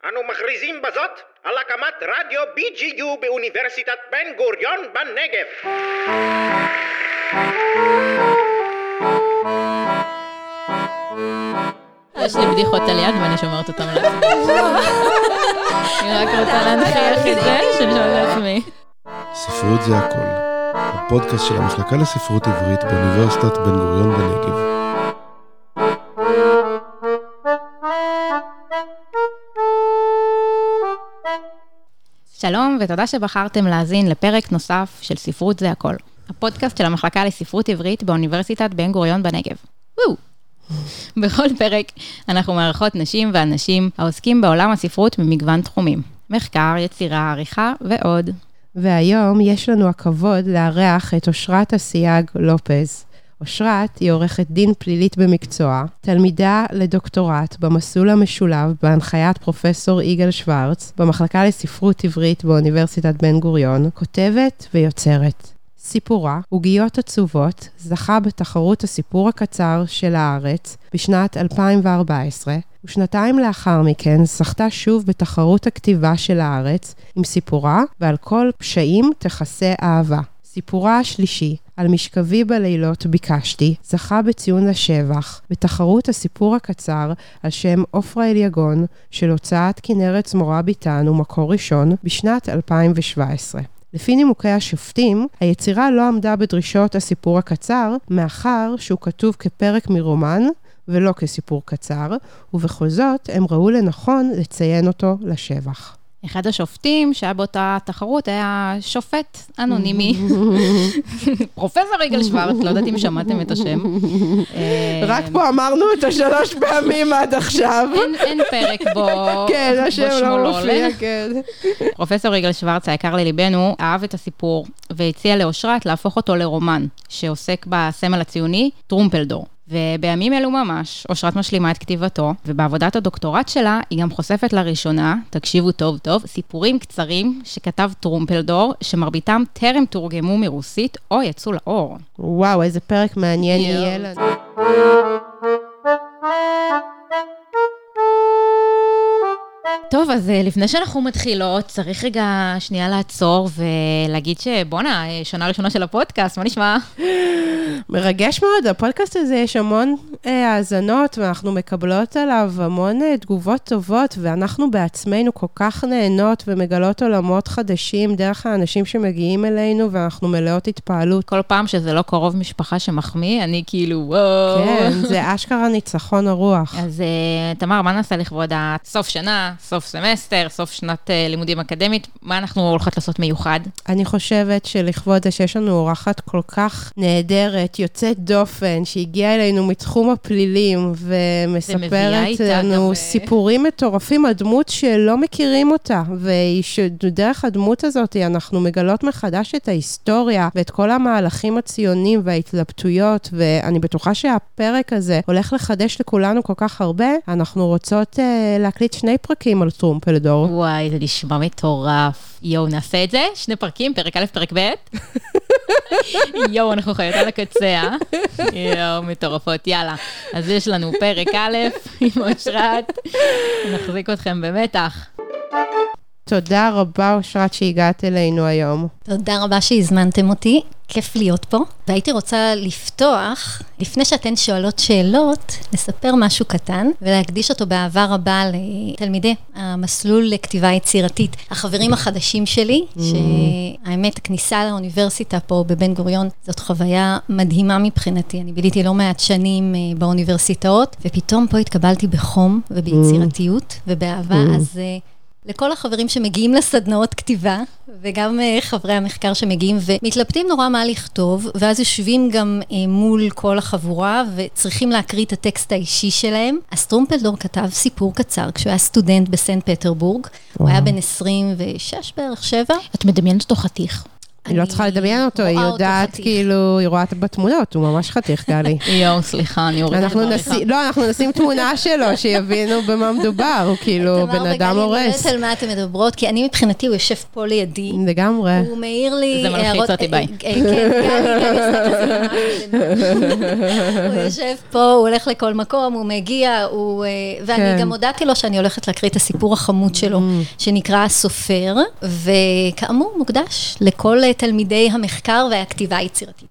אנו מכריזים בזאת על הקמת רדיו BGU באוניברסיטת בן גוריון בנגב. יש לי בדיחות על יד ואני שומרת אותם לעצמי. אני רק רוצה להנחיח את זה שאני שומרת לעצמי. ספרות זה הכל. הפודקאסט של המחלקה לספרות עברית באוניברסיטת בן גוריון בנגב. שלום ותודה שבחרתם להאזין לפרק נוסף של ספרות זה הכל. הפודקאסט של המחלקה לספרות עברית באוניברסיטת בן גוריון בנגב. בכל פרק אנחנו מארחות נשים ואנשים העוסקים בעולם הספרות במגוון תחומים. מחקר, יצירה, עריכה ועוד. והיום יש לנו הכבוד לארח את אושרת אסיאג לופז. אושרת היא עורכת דין פלילית במקצוע, תלמידה לדוקטורט במסלול המשולב בהנחיית פרופסור יגאל שוורץ, במחלקה לספרות עברית באוניברסיטת בן גוריון, כותבת ויוצרת. סיפורה, עוגיות עצובות, זכה בתחרות הסיפור הקצר של הארץ בשנת 2014, ושנתיים לאחר מכן זכתה שוב בתחרות הכתיבה של הארץ עם סיפורה, ועל כל פשעים תכסה אהבה. סיפורה השלישי, על משכבי בלילות ביקשתי, זכה בציון לשבח, בתחרות הסיפור הקצר על שם אופרה אליגון של הוצאת כנרת זמורה ביטן ומקור ראשון בשנת 2017. לפי נימוקי השופטים, היצירה לא עמדה בדרישות הסיפור הקצר, מאחר שהוא כתוב כפרק מרומן ולא כסיפור קצר, ובכל זאת הם ראו לנכון לציין אותו לשבח. אחד השופטים שהיה באותה תחרות היה שופט אנונימי, פרופסור יגאל שוורץ, לא יודעת אם שמעתם את השם. רק פה אמרנו את 3 פעמים עד עכשיו. אין פרק בו, כן, השם לא מופיע, כן. פרופסור יגאל שוורץ, היקר לליבנו, אהב את הסיפור והציע לאושרת להפוך אותו לרומן, שעוסק בסמל הציוני, טרומפלדור. ובימים אלו ממש, אושרת משלימה את כתיבתו, ובעבודת הדוקטורט שלה היא גם חושפת לראשונה, תקשיבו טוב טוב, סיפורים קצרים שכתב טרומפלדור, שמרביתם טרם תורגמו מרוסית או יצאו לאור. וואו, איזה פרק מעניין יהיה לנו. טוב, אז לפני שאנחנו מתחילות, צריך רגע שנייה לעצור ולהגיד שבונה, שנה ראשונה של הפודקאסט, מה נשמע? מרגש מאוד, הפודקאסט הזה יש המון האזנות, ואנחנו מקבלות עליו המון תגובות טובות, ואנחנו בעצמנו כל כך נהנות ומגלות עולמות חדשים דרך האנשים שמגיעים אלינו, ואנחנו מלאות התפעלות. כל פעם שזה לא קרוב משפחה שמחמיא, אני כאילו וואו. כן, זה אשכרה ניצחון הרוח. אז תמר, מה נעשה לכבוד סוף שנה, סוף סמסטר, סוף שנת לימודים אקדמית, מה אנחנו הולכות לעשות מיוחד? אני חושבת שלכבוד זה שיש לנו אורחת כל כך נהדרת, יוצאת דופן, שהגיעה אלינו מתחום הפלילים, ומספרת לנו סיפורים מטורפים, הדמות שלא מכירים אותה, ודרך הדמות הזאת אנחנו מגלות מחדש את ההיסטוריה, ואת כל המהלכים הציונים וההתלבטויות, ואני בטוחה שהפרק הזה הולך לחדש לכולנו כל כך הרבה, אנחנו רוצות להקליט 2 פרקים על טרומפלדור. וואי, זה נשמע מטורף. יואו, נעשה את זה? 2 פרקים, פרק א', פרק ב'. יואו, אנחנו חיות על הקצה. יואו, מטורפות, יאללה. אז יש לנו פרק א', עם אושרת. נחזיק אתכם במתח. תודה רבה, אושרת, שהגעת אלינו היום. תודה רבה שהזמנתם אותי. כיף להיות פה. והייתי רוצה לפתוח, לפני שאתן שואלות שאלות, לספר משהו קטן, ולהקדיש אותו באהבה רבה לתלמידי המסלול לכתיבה יצירתית. החברים החדשים שלי, שהאמת, הכניסה לאוניברסיטה פה בבן גוריון, זאת חוויה מדהימה מבחינתי. אני ביליתי לא מעט שנים באוניברסיטאות, ופתאום פה התקבלתי בחום וביצירתיות ובאהבה, אז לכל החברים שמגיעים לסדנאות כתיבה, וגם חברי המחקר שמגיעים ומתלבטים נורא מה לכתוב, ואז יושבים גם מול כל החבורה, וצריכים להקריא את הטקסט האישי שלהם. אז טרומפלדור כתב סיפור קצר, כשהוא היה סטודנט בסנט פטרבורג, הוא היה בן 26 בערך 7. את מדמיינת אותו חתיך. היא לא צריכה לדמיין אותו, היא יודעת כאילו, היא רואה בתמונות, הוא ממש חתיך, גלי. יואו, סליחה, אני אוריד את הדריכה. לא, אנחנו נשים תמונה שלו, שיבינו במה מדובר, הוא כאילו בן אדם הורס. אני יודעת על מה אתם מדברות, כי אני מבחינתי, הוא יושב פה לידי. לגמרי. הוא מעיר לי... זה מלחיץ אותי, ביי. כן, הוא יושב פה, הוא הולך לכל מקום, הוא מגיע, ואני גם הודעתי לו שאני הולכת להקריא את הסיפור החמוד שלו, שנקרא הסופר, וכאמור מוקדש לכל תלמידי המחקר והכתיבה היצירתית.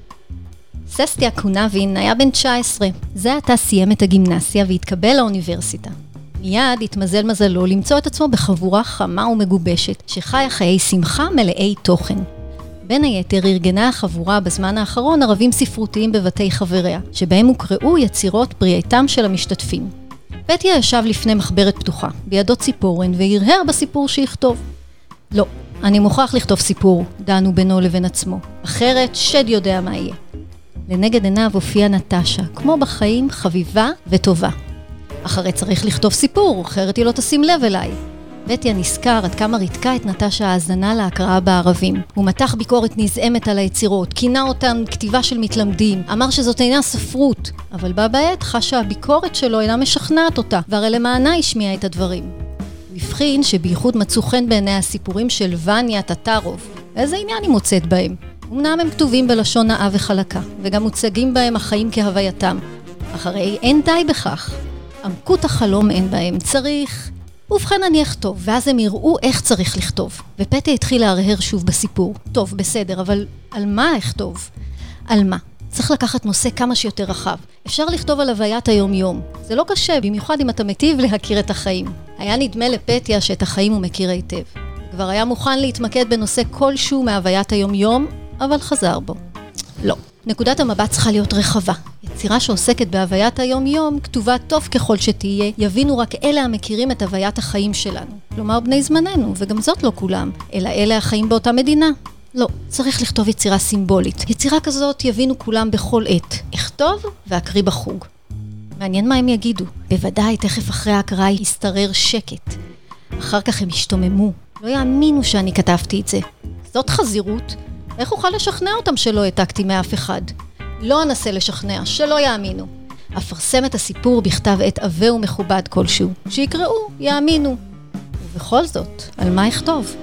ססטיה קונאבין היה בן 19. זה עתה סיים את הגימנסיה והתקבל לאוניברסיטה. מיד התמזל מזלו למצוא את עצמו בחבורה חמה ומגובשת, שחיה חיי שמחה מלאי תוכן. בין היתר ארגנה החבורה בזמן האחרון ערבים ספרותיים בבתי חבריה, שבהם הוקראו יצירות בריאתם של המשתתפים. פטיה ישב לפני מחברת פתוחה, בידו ציפורן, והרהר בסיפור שיכתוב. לא, אני מוכרח לכתוב סיפור, דנו בינו לבין עצמו. אחרת, שד יודע מה יהיה. לנגד עיניו הופיעה נטשה, כמו בחיים, חביבה וטובה. אחרי צריך לכתוב סיפור, אחרת היא לא תשים לב אליי. פטיה נזכר עד כמה ריתקה את נטשה האזנה להקראה בערבים. הוא מתח ביקורת נזעמת על היצירות, כינה אותן כתיבה של מתלמדים, אמר שזאת אינה ספרות, אבל בה בעת חשה הביקורת שלו אינה משכנעת אותה, והרי למענה השמיע את הדברים. הוא הבחין שבייחוד מצאו חן בעיני הסיפורים של וניה טטרוב. איזה עניין היא מוצאת בהם? אמנם הם כתובים בלשון נאה וחלקה, וגם מוצגים בהם החיים כהווייתם. אחרי אין די בכך. עמקות החלום אין בהם, צריך... ובכן אני אכתוב, ואז הם יראו איך צריך לכתוב. ופטיה התחיל להרהר שוב בסיפור. טוב, בסדר, אבל על מה אכתוב? על מה? צריך לקחת נושא כמה שיותר רחב. אפשר לכתוב על הוויית היום-יום. זה לא קשה, במיוחד אם אתה מטיב להכיר את החיים. היה נדמה לפטיה שאת החיים הוא מכיר היטב. כבר היה מוכן להתמקד בנושא כלשהו מהוויית היום-יום, אבל חזר בו. לא. נקודת המבט צריכה להיות רחבה. יצירה שעוסקת בהוויית היום-יום, כתובה טוב ככל שתהיה, יבינו רק אלה המכירים את הוויית החיים שלנו. כלומר, בני זמננו, וגם זאת לא כולם, אלא אלה החיים באותה מדינה. לא, צריך לכתוב יצירה סימבולית. יצירה כזאת יבינו כולם בכל עת. אכתוב ואקריא בחוג. מעניין מה הם יגידו. בוודאי, תכף אחרי ההקראה יסתרר שקט. אחר כך הם ישתוממו. לא יאמינו שאני כתבתי את זה. זאת חזירות. איך אוכל לשכנע אותם שלא העתקתי מאף אחד? לא אנסה לשכנע, שלא יאמינו. אפרסם את הסיפור בכתב עת עבה ומכובד כלשהו. שיקראו, יאמינו. ובכל זאת, על מה אכתוב?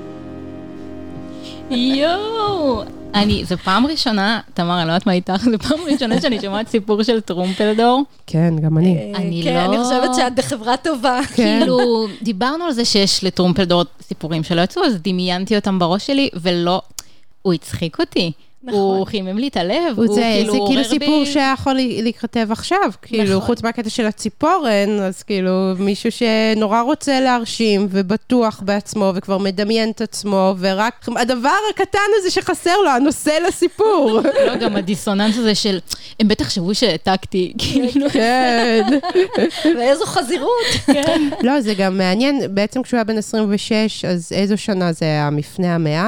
יואו! זה פעם ראשונה, תמר, אני לא יודעת מה איתך, זה פעם ראשונה שאני שומעת סיפור של טרומפלדור. כן, גם אני. אני חושבת שאת בחברה טובה. כאילו, דיברנו על זה שיש לטרומפלדור סיפורים שלא יצאו, אז דמיינתי אותם בראש שלי, ולא, הוא הצחיק אותי. הוא חימם לי את הלב, זה כאילו סיפור שיכול להיכתב עכשיו, כאילו חוץ מהקטע של הציפורן, אז כאילו מישהו שנורא רוצה להרשים ובטוח בעצמו וכבר מדמיין את עצמו, ורק הדבר הקטן הזה שחסר לו, הנושא לסיפור. לא, גם הדיסוננס הזה של, הם בטח שבו שהעתקתי, כאילו. כן. ואיזו חזירות. לא, זה גם מעניין, בעצם כשהוא היה בן 26, אז איזו שנה זה היה מפני המאה?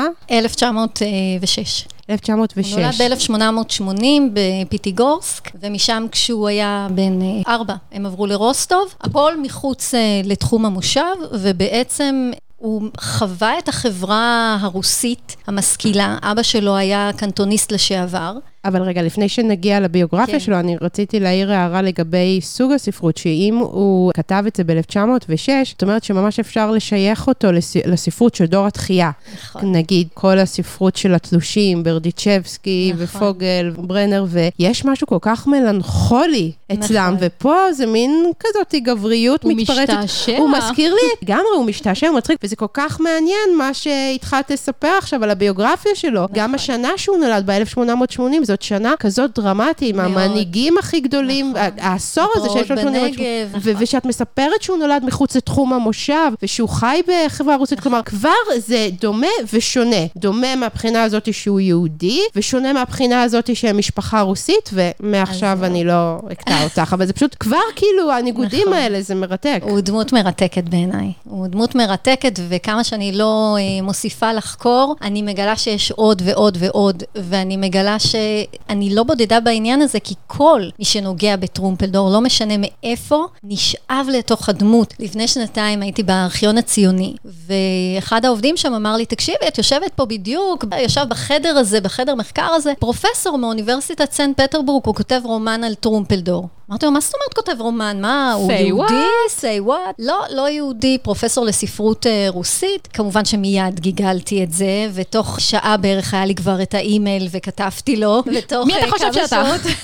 1906. 1906. הוא נולד ב-1880 בפיטיגורסק, ומשם כשהוא היה בן 4, הם עברו לרוסטוב, הכל מחוץ לתחום המושב, ובעצם הוא חווה את החברה הרוסית המשכילה, אבא שלו היה קנטוניסט לשעבר. אבל רגע, לפני שנגיע לביוגרפיה שלו, אני רציתי להעיר הערה לגבי סוג הספרות, שאם הוא כתב את זה ב-1906, זאת אומרת שממש אפשר לשייך אותו לספרות של דור התחייה. נכון. נגיד, כל הספרות של התלושים, ברדיצ'בסקי ופוגל, ברנר, ויש משהו כל כך מלנכולי אצלם, ופה זה מין כזאת גבריות מתפרצת. הוא משתעשע. הוא מזכיר לי, גם הוא משתעשע, הוא מצחיק, וזה כל כך מעניין מה שהתחלת לספר עכשיו על הביוגרפיה שלו. גם השנה שהוא נולד ב-1880, זאת שנה כזאת דרמטית, עם המנהיגים הכי גדולים, העשור הזה שיש לו ושאת מספרת שהוא נולד מחוץ לתחום המושב, ושהוא חי בחברה רוסית, כלומר, כבר זה דומה ושונה. דומה מהבחינה הזאת שהוא יהודי, ושונה מהבחינה הזאת שהם משפחה רוסית, ומעכשיו אני לא אקטע אותך, אבל זה פשוט כבר כאילו, הניגודים האלה, זה מרתק. הוא דמות מרתקת בעיניי. הוא דמות מרתקת, וכמה שאני לא מוסיפה לחקור, אני מגלה שיש עוד ועוד ועוד, ואני מגלה ואני לא בודדה בעניין הזה, כי כל מי שנוגע בטרומפלדור, לא משנה מאיפה, נשאב לתוך הדמות. לפני שנתיים הייתי בארכיון הציוני, ואחד העובדים שם אמר לי, תקשיבי, את יושבת פה בדיוק, יושב בחדר הזה, בחדר מחקר הזה, פרופסור מאוניברסיטת סנט פטרבורג, הוא כותב רומן על טרומפלדור. אמרתי לו, מה זאת אומרת כותב רומן? מה, הוא יהודי? say what? לא יהודי, פרופסור לספרות רוסית. כמובן שמיד גיגלתי את זה, ותוך שעה בערך היה לי כבר את האימייל וכתבתי לו. מי אתה חושב שאתה?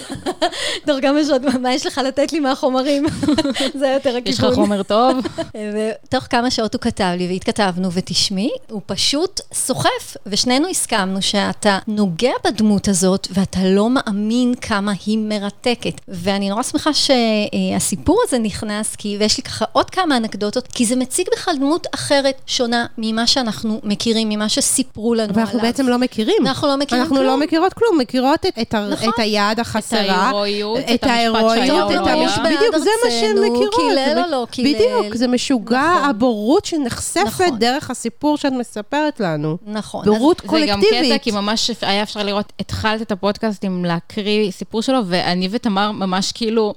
תוך כמה שעות, מה יש לך לתת לי מהחומרים? זה יותר הכיוון. יש לך חומר טוב. ותוך כמה שעות הוא כתב לי, והתכתבנו, ותשמעי, הוא פשוט סוחף, ושנינו הסכמנו שאתה נוגע בדמות הזאת, ואתה לא מאמין כמה היא מרתקת. ואני נורא שמחה שהסיפור הזה נכנס, ויש לי ככה עוד כמה אנקדוטות, כי זה מציג בכלל דמות אחרת, שונה ממה שאנחנו מכירים, ממה שסיפרו לנו עליו. ואנחנו בעצם לא מכירים. אנחנו לא מכירים כלום. אנחנו לא מכירות כלום, מכירות את היעד החסרה, את ההירואיות, בדיוק, זה מה שהן מכירות. קילל או לא קילל. בדיוק, זה משוגע הבורות שנחשפת דרך הסיפור שאת מספרת לנו. נכון. בורות קולקטיבית. זה גם קטע, כי ממש היה אפשר לראות, התחלת את הפודקאסט עם להקריא סיפור שלו, ואני ותמר ממש כאילו,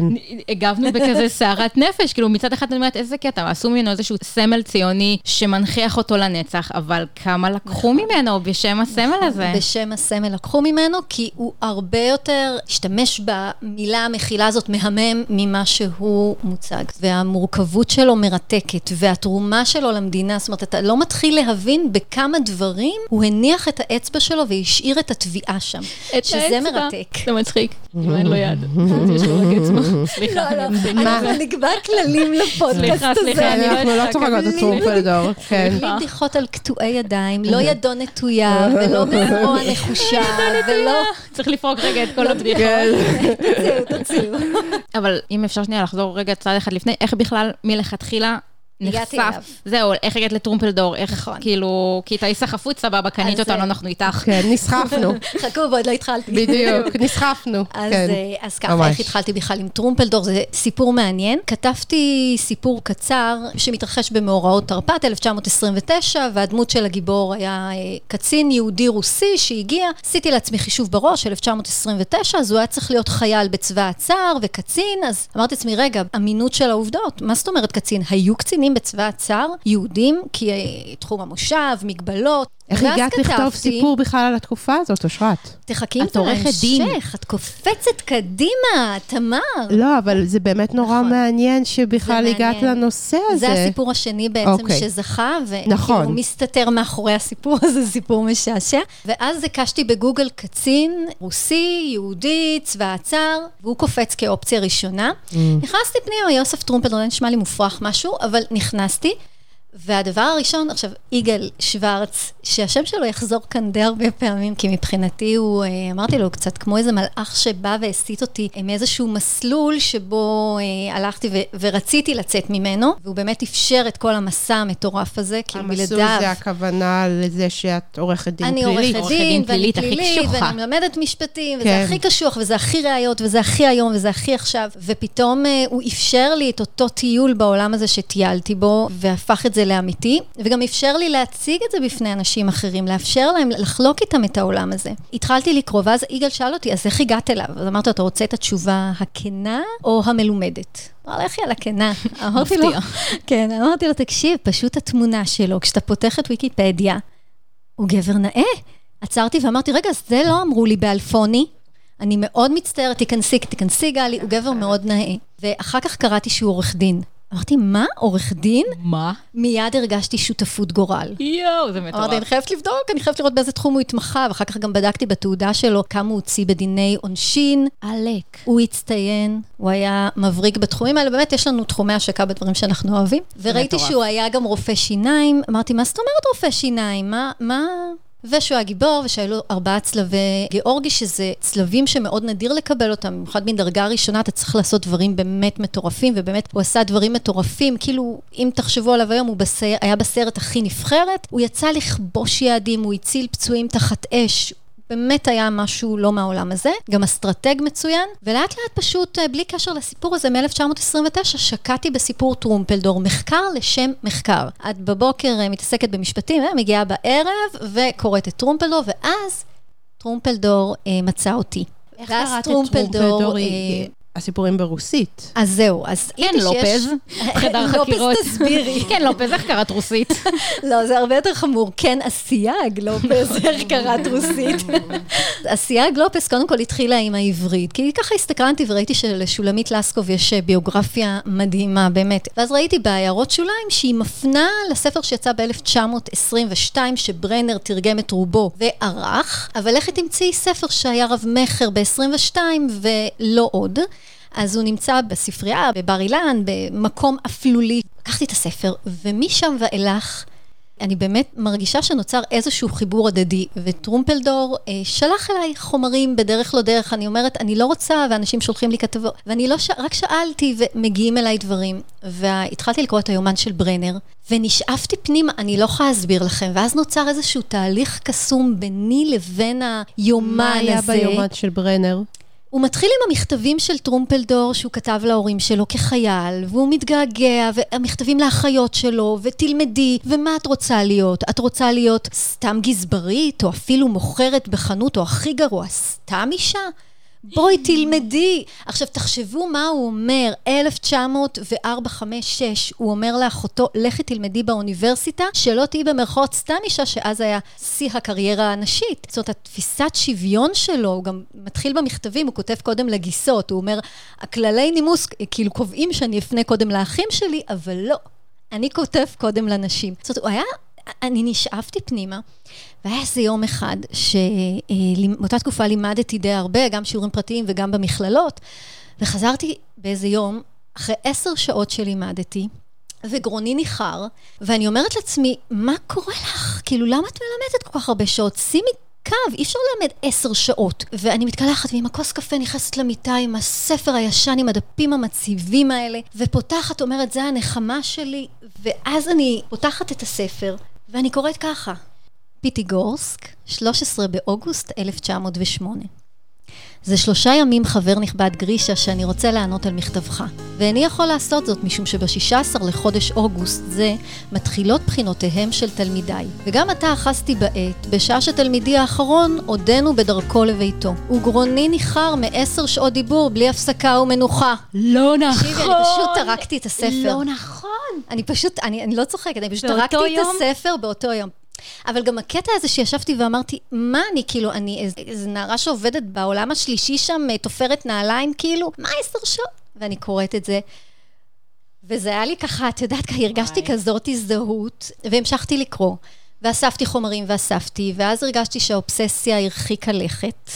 הגבנו בכזה סערת נפש, כאילו מצד אחד אני אומרת, איזה קטע, עשו ממנו איזשהו סמל ציוני שמנחיח אותו לנצח, אבל כמה לקחו ממנו בשם הסמל הזה? בשם הסמל לקחו ממנו, כי הוא הרבה יותר השתמש במילה המכילה הזאת מהמם ממה שהוא מוצג. והמורכבות שלו מרתקת, והתרומה שלו למדינה, זאת אומרת, אתה לא מתחיל להבין בכמה דברים הוא הניח את האצבע שלו והשאיר את התביעה שם. שזה מרתק. זה מצחיק, אם אין לו יד. יש לו רק אצבע. סליחה. אנחנו נקבע כללים לפודקאסט הזה. סליחה, אנחנו לא צוחקות את טרומפלדור. בלי בדיחות על קטועי ידיים, לא ידו נטויה, ולא בזרוע נחושה, ולא... צריך לפרוק רגע את כל הבדיחות. תוציאו. אבל אם אפשר שנייה לחזור רגע צעד אחד לפני, איך בכלל מלכתחילה נחשף, זהו, איך הגעת לטרומפלדור, איך כאילו, כי תאי סחפות סבבה, קנית אותנו, אנחנו איתך. כן, נסחפנו. חכו, ועוד לא התחלתי. בדיוק, נסחפנו. אז ככה, איך התחלתי בכלל עם טרומפלדור, זה סיפור מעניין. כתבתי סיפור קצר, שמתרחש במאורעות תרפ"ט, 1929, והדמות של הגיבור היה קצין יהודי רוסי שהגיע, עשיתי לעצמי חישוב בראש, 1929, אז הוא היה צריך להיות חייל בצבא הצאר וקצין, אז אמרתי לעצמי, רגע, אמינות של העובדות, מה זאת אומרת קצין? היו קצינים בצבא הצאר, יהודים, כי תחום המושב, מגבלות. איך הגעת לכתוב סיפור בכלל על התקופה הזאת, אושרת? תחכים את ההמשך, את קופצת קדימה, תמר. לא, אבל זה באמת נורא מעניין שבכלל הגעת לנושא הזה. זה הסיפור השני בעצם שזכה, וכאילו מסתתר מאחורי הסיפור הזה, סיפור משעשע. ואז הקשתי בגוגל קצין, רוסי, יהודי, צבא הצאר, והוא קופץ כאופציה ראשונה. נכנסתי פנימה, יוסף טרומפלדור, נשמע לי מופרח משהו, אבל נכנסתי, והדבר הראשון, עכשיו, יגאל שוורץ, שהשם שלו יחזור כאן די הרבה פעמים, כי מבחינתי הוא, אמרתי לו, קצת כמו איזה מלאך שבא והסיט אותי מאיזשהו מסלול שבו הלכתי ורציתי לצאת ממנו, והוא באמת אפשר את כל המסע המטורף הזה, כי בלעדיו... המסלול זה הכוונה לזה שאת עורכת דין פלילית. אני עורכת דין, ואני פלילית, ואני מלמדת משפטים, וזה הכי קשוח, וזה הכי ראיות, וזה הכי היום, וזה הכי עכשיו, ופתאום הוא אפשר לי את אותו טיול בעולם הזה שטיילתי בו, והפך את זה לאמיתי, וגם אפשר לי להציג את זה בפני אנשים אחרים, לאפשר להם לחלוק איתם את העולם הזה. התחלתי לקרוא, ואז יגאל שאל אותי, אז איך הגעת אליו? אז אמרתי לו, אתה רוצה את התשובה הכנה או המלומדת? אמר, איך היא על הכנה? אמרתי לו, כן, אמרתי לו, תקשיב, פשוט התמונה שלו, כשאתה פותח את ויקיפדיה, הוא גבר נאה. עצרתי ואמרתי, רגע, אז זה לא אמרו לי באלפוני, אני מאוד מצטערת, תיכנסי גלי, הוא גבר מאוד נאה. ואחר כך קראתי שהוא עורך דין. אמרתי, מה? עורך דין? מה? מיד הרגשתי שותפות גורל. יואו, זה מטורף. אמרתי, אני חייבת לבדוק, אני חייבת לראות באיזה תחום הוא התמחה, ואחר כך גם בדקתי בתעודה שלו כמה הוא הוציא בדיני עונשין. עלק. הוא הצטיין, הוא היה מבריק בתחומים האלה, באמת יש לנו תחומי השקה בדברים שאנחנו אוהבים. וראיתי שהוא היה גם רופא שיניים, אמרתי, מה זאת אומרת רופא שיניים? מה? ושהוא היה גיבור, ושהיו לו 4 צלבי גיאורגי, שזה צלבים שמאוד נדיר לקבל אותם, במיוחד מדרגה ראשונה, אתה צריך לעשות דברים באמת מטורפים, ובאמת הוא עשה דברים מטורפים, כאילו, אם תחשבו עליו היום, הוא היה בסרט הכי נבחרת, הוא יצא לכבוש יעדים, הוא הציל פצועים תחת אש, באמת היה משהו לא מהעולם הזה, גם אסטרטג מצוין, ולאט לאט פשוט, בלי קשר לסיפור הזה, מ-1929, שקעתי בסיפור טרומפלדור, מחקר לשם מחקר. את בבוקר מתעסקת במשפטים, מגיעה בערב, וקוראת את טרומפלדור, ואז טרומפלדור מצא אותי. איך קראת את טרומפלדור? הסיפורים ברוסית. אז זהו, אז כן, לופז, חדר חקירות. לופז תסבירי. כן, לופז, איך קראת רוסית? לא, זה הרבה יותר חמור. כן, הסייג, לופז, איך קראת רוסית. הסייג, לופז, קודם כל התחילה עם העברית, כי ככה הסתקרנתי וראיתי שלשולמית לסקוב יש ביוגרפיה מדהימה, באמת. ואז ראיתי בעיירות שוליים שהיא מפנה לספר שיצא ב-1922, שברנר תרגם את רובו וערך, אבל איך תמצאי ספר שהיה רב מחר ב-22 ולא עוד. אז הוא נמצא בספרייה, בבר אילן, במקום אפלולי. לקחתי את הספר, ומשם ואילך, אני באמת מרגישה שנוצר איזשהו חיבור הדדי, וטרומפלדור שלח אליי חומרים בדרך לא דרך, אני אומרת, אני לא רוצה, ואנשים שולחים לי כתבות, ואני לא רק שאלתי, ומגיעים אליי דברים, והתחלתי לקרוא את היומן של ברנר, ונשאפתי פנימה, אני לא יכולה להסביר לכם, ואז נוצר איזשהו תהליך קסום ביני לבין היומן מה היה הזה. ביומן של ברנר? הוא מתחיל עם המכתבים של טרומפלדור שהוא כתב להורים שלו כחייל, והוא מתגעגע, והמכתבים לאחיות שלו, ותלמדי, ומה את רוצה להיות? את רוצה להיות סתם גזברית, או אפילו מוכרת בחנות, או הכי גרוע, סתם אישה? בואי תלמדי. עכשיו תחשבו מה הוא אומר, 1904-5-6, הוא אומר לאחותו, לכי תלמדי באוניברסיטה, שלא תהי במרכאות סתם אישה, שאז היה שיא הקריירה הנשית. זאת אומרת, התפיסת שוויון שלו, הוא גם מתחיל במכתבים, הוא כותב קודם לגיסות, הוא אומר, הכללי נימוס, כאילו קובעים שאני אפנה קודם לאחים שלי, אבל לא, אני כותב קודם לנשים. זאת אומרת, הוא היה... אני נשאפתי פנימה, והיה איזה יום אחד, שבאותה תקופה לימדתי די הרבה, גם שיעורים פרטיים וגם במכללות, וחזרתי באיזה יום, אחרי 10 שעות שלימדתי, וגרוני ניחר, ואני אומרת לעצמי, מה קורה לך? כאילו, למה את מלמדת כל כך הרבה שעות? שימי קו, אי אפשר ללמד 10 שעות. ואני מתקלחת, ועם הכוס קפה נכנסת למיטה, עם הספר הישן, עם הדפים המציבים האלה, ופותחת, אומרת, זה הנחמה שלי, ואז אני פותחת את הספר, ואני קוראת ככה, פיטיגורסק, 13 באוגוסט 1908. זה 3 ימים חבר נכבד גרישה שאני רוצה לענות על מכתבך. ואני יכול לעשות זאת משום שב-16 לחודש אוגוסט זה מתחילות בחינותיהם של תלמידיי. וגם אתה אחזתי בעת, בשעה שתלמידי האחרון עודנו בדרכו לביתו. וגרוני ניחר מ10 שעות דיבור בלי הפסקה ומנוחה. לא נכון. תקשיבי, אני פשוט תרקתי את הספר. לא נכון. אני לא צוחקת, אני פשוט תרקתי את הספר באותו יום. אבל גם הקטע הזה שישבתי ואמרתי, מה אני, כאילו, אני איזו נערה שעובדת בעולם השלישי שם, תופרת נעליים, כאילו, מה 10 שעות? ואני קוראת את זה, וזה היה לי ככה, את יודעת, הרגשתי כזאת הזדהות, והמשכתי לקרוא, ואספתי חומרים ואספתי, ואז הרגשתי שהאובססיה הרחיקה לכת,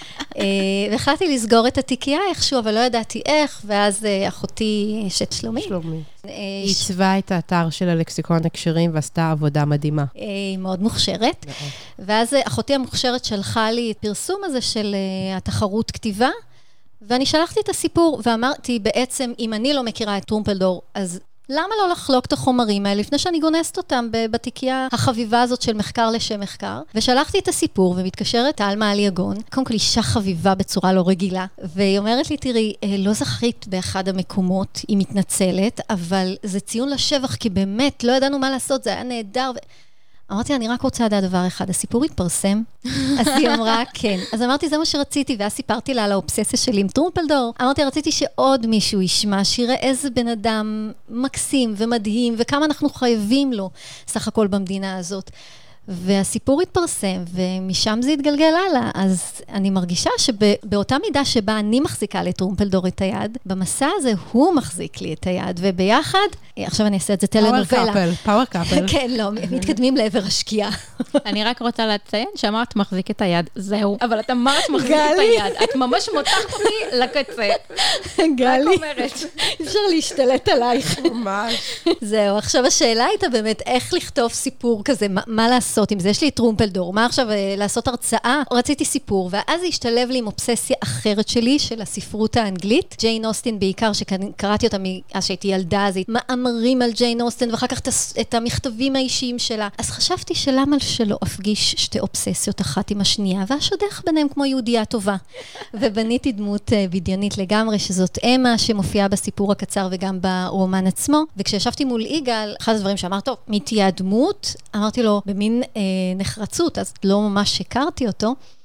והחלטתי לסגור את התיקייה איכשהו, אבל לא ידעתי איך, ואז אחותי שלומי. היא עיצבה את האתר של הלקסיקון הקשרים, ועשתה עבודה מדהימה. היא מאוד מוכשרת, ואז אחותי המוכשרת שלחה לי פרסום הזה של התחרות כתיבה, ואני שלחתי את הסיפור, ואמרתי בעצם, אם אני לא מכירה את טרומפלדור, אז למה לא לחלוק את החומרים האלה, לפני שאני גונסת אותם בתיקייה החביבה הזאת של מחקר לשם מחקר, ושלחתי את הסיפור, ומתקשרת אלמה אליגון, קודם כל אישה חביבה בצורה לא רגילה, והיא אומרת לי, תראי, לא זכרית באחד המקומות, היא מתנצלת, אבל זה ציון לשבח, כי באמת לא ידענו מה לעשות, זה היה נהדר, אמרתי, אני רק רוצה לדעת דבר אחד, הסיפור התפרסם, אז היא אמרה, כן. אז אמרתי, זה מה שרציתי, ואז סיפרתי לה על האובססיה שלי עם טרומפלדור. אמרתי, רציתי שעוד מישהו ישמע, שיראה איזה בן אדם מקסים ומדהים, וכמה אנחנו חייבים לו, סך הכל במדינה הזאת. והסיפור התפרסם, ומשם זה התגלגל הלאה. אז אני מרגישה שבאותה מידה שבה אני מחזיקה לטרומפלדור את היד, במסע הזה הוא מחזיק לי את היד, וביחד, עכשיו אני אעשה את זה טלנובלה. פאוור קאפל. כן, לא, מתקדמים לעבר השקיעה. אני רק רוצה לציין שאמרת מחזיק את היד, זהו. אבל את אמרת מחזיק את היד, את ממש מותחת אותי לקצה. גלי, רק אומרת. אפשר להשתלט עלייך. ממש. זהו, עכשיו השאלה הייתה באמת איך לכתוב סיפור כזה, מה לעשות עם זה? יש לי טרומפלדור, מה עכשיו לעשות הרצאה? רציתי סיפור, ואז זה השתלב לי עם אובססיה אחרת שלי, של הספרות האנגלית, ג'יין אוסטין בעיקר, שקראתי אותה מאז שהייתי ילדה, זה מאמרים על ג'יין אוסטין, ואחר כך את המכתבים האישיים שלה. אז חשבתי שלמה שלא אפגיש שתי אובססיות אחת עם השנייה, והשודך ביניהם כמו יהודייה טובה. ובניתי דמות בדיונית לגמרי, שזאת אמה, שמופיעה בסיפור הקצר וגם ברומן עצמו. וכשישבתי מול יגאל, אחד הדברים שאמר, טוב, מי תהיה הדמות? אמרתי לו, במין נחרצות, אז לא ממש הכרתי אותו.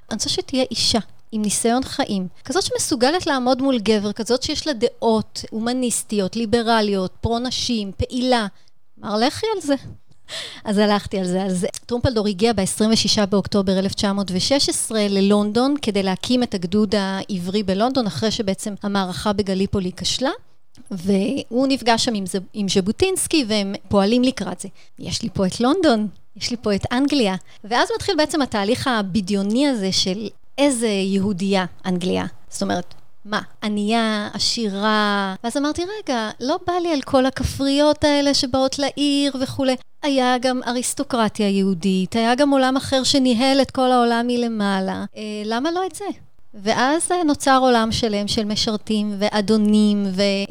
אני רוצה שתהיה אישה. עם ניסיון חיים, כזאת שמסוגלת לעמוד מול גבר, כזאת שיש לה דעות הומניסטיות, ליברליות, פרו-נשים, פעילה. אמר, לכי על זה. אז הלכתי על זה. אז טרומפלדור הגיע ב-26 באוקטובר 1916 ללונדון, כדי להקים את הגדוד העברי בלונדון, אחרי שבעצם המערכה בגליפולי כשלה, והוא נפגש שם עם ז'בוטינסקי, והם פועלים לקראת זה. יש לי פה את לונדון, יש לי פה את אנגליה, ואז מתחיל בעצם התהליך הבדיוני הזה של איזה יהודייה אנגליה. זאת אומרת, מה? ענייה, עשירה. ואז אמרתי, רגע, לא בא לי על כל הכפריות האלה שבאות לעיר וכו'. היה גם אריסטוקרטיה יהודית, היה גם עולם אחר שניהל את כל העולם מלמעלה. למה לא את זה? ואז נוצר עולם שלם של משרתים ואדונים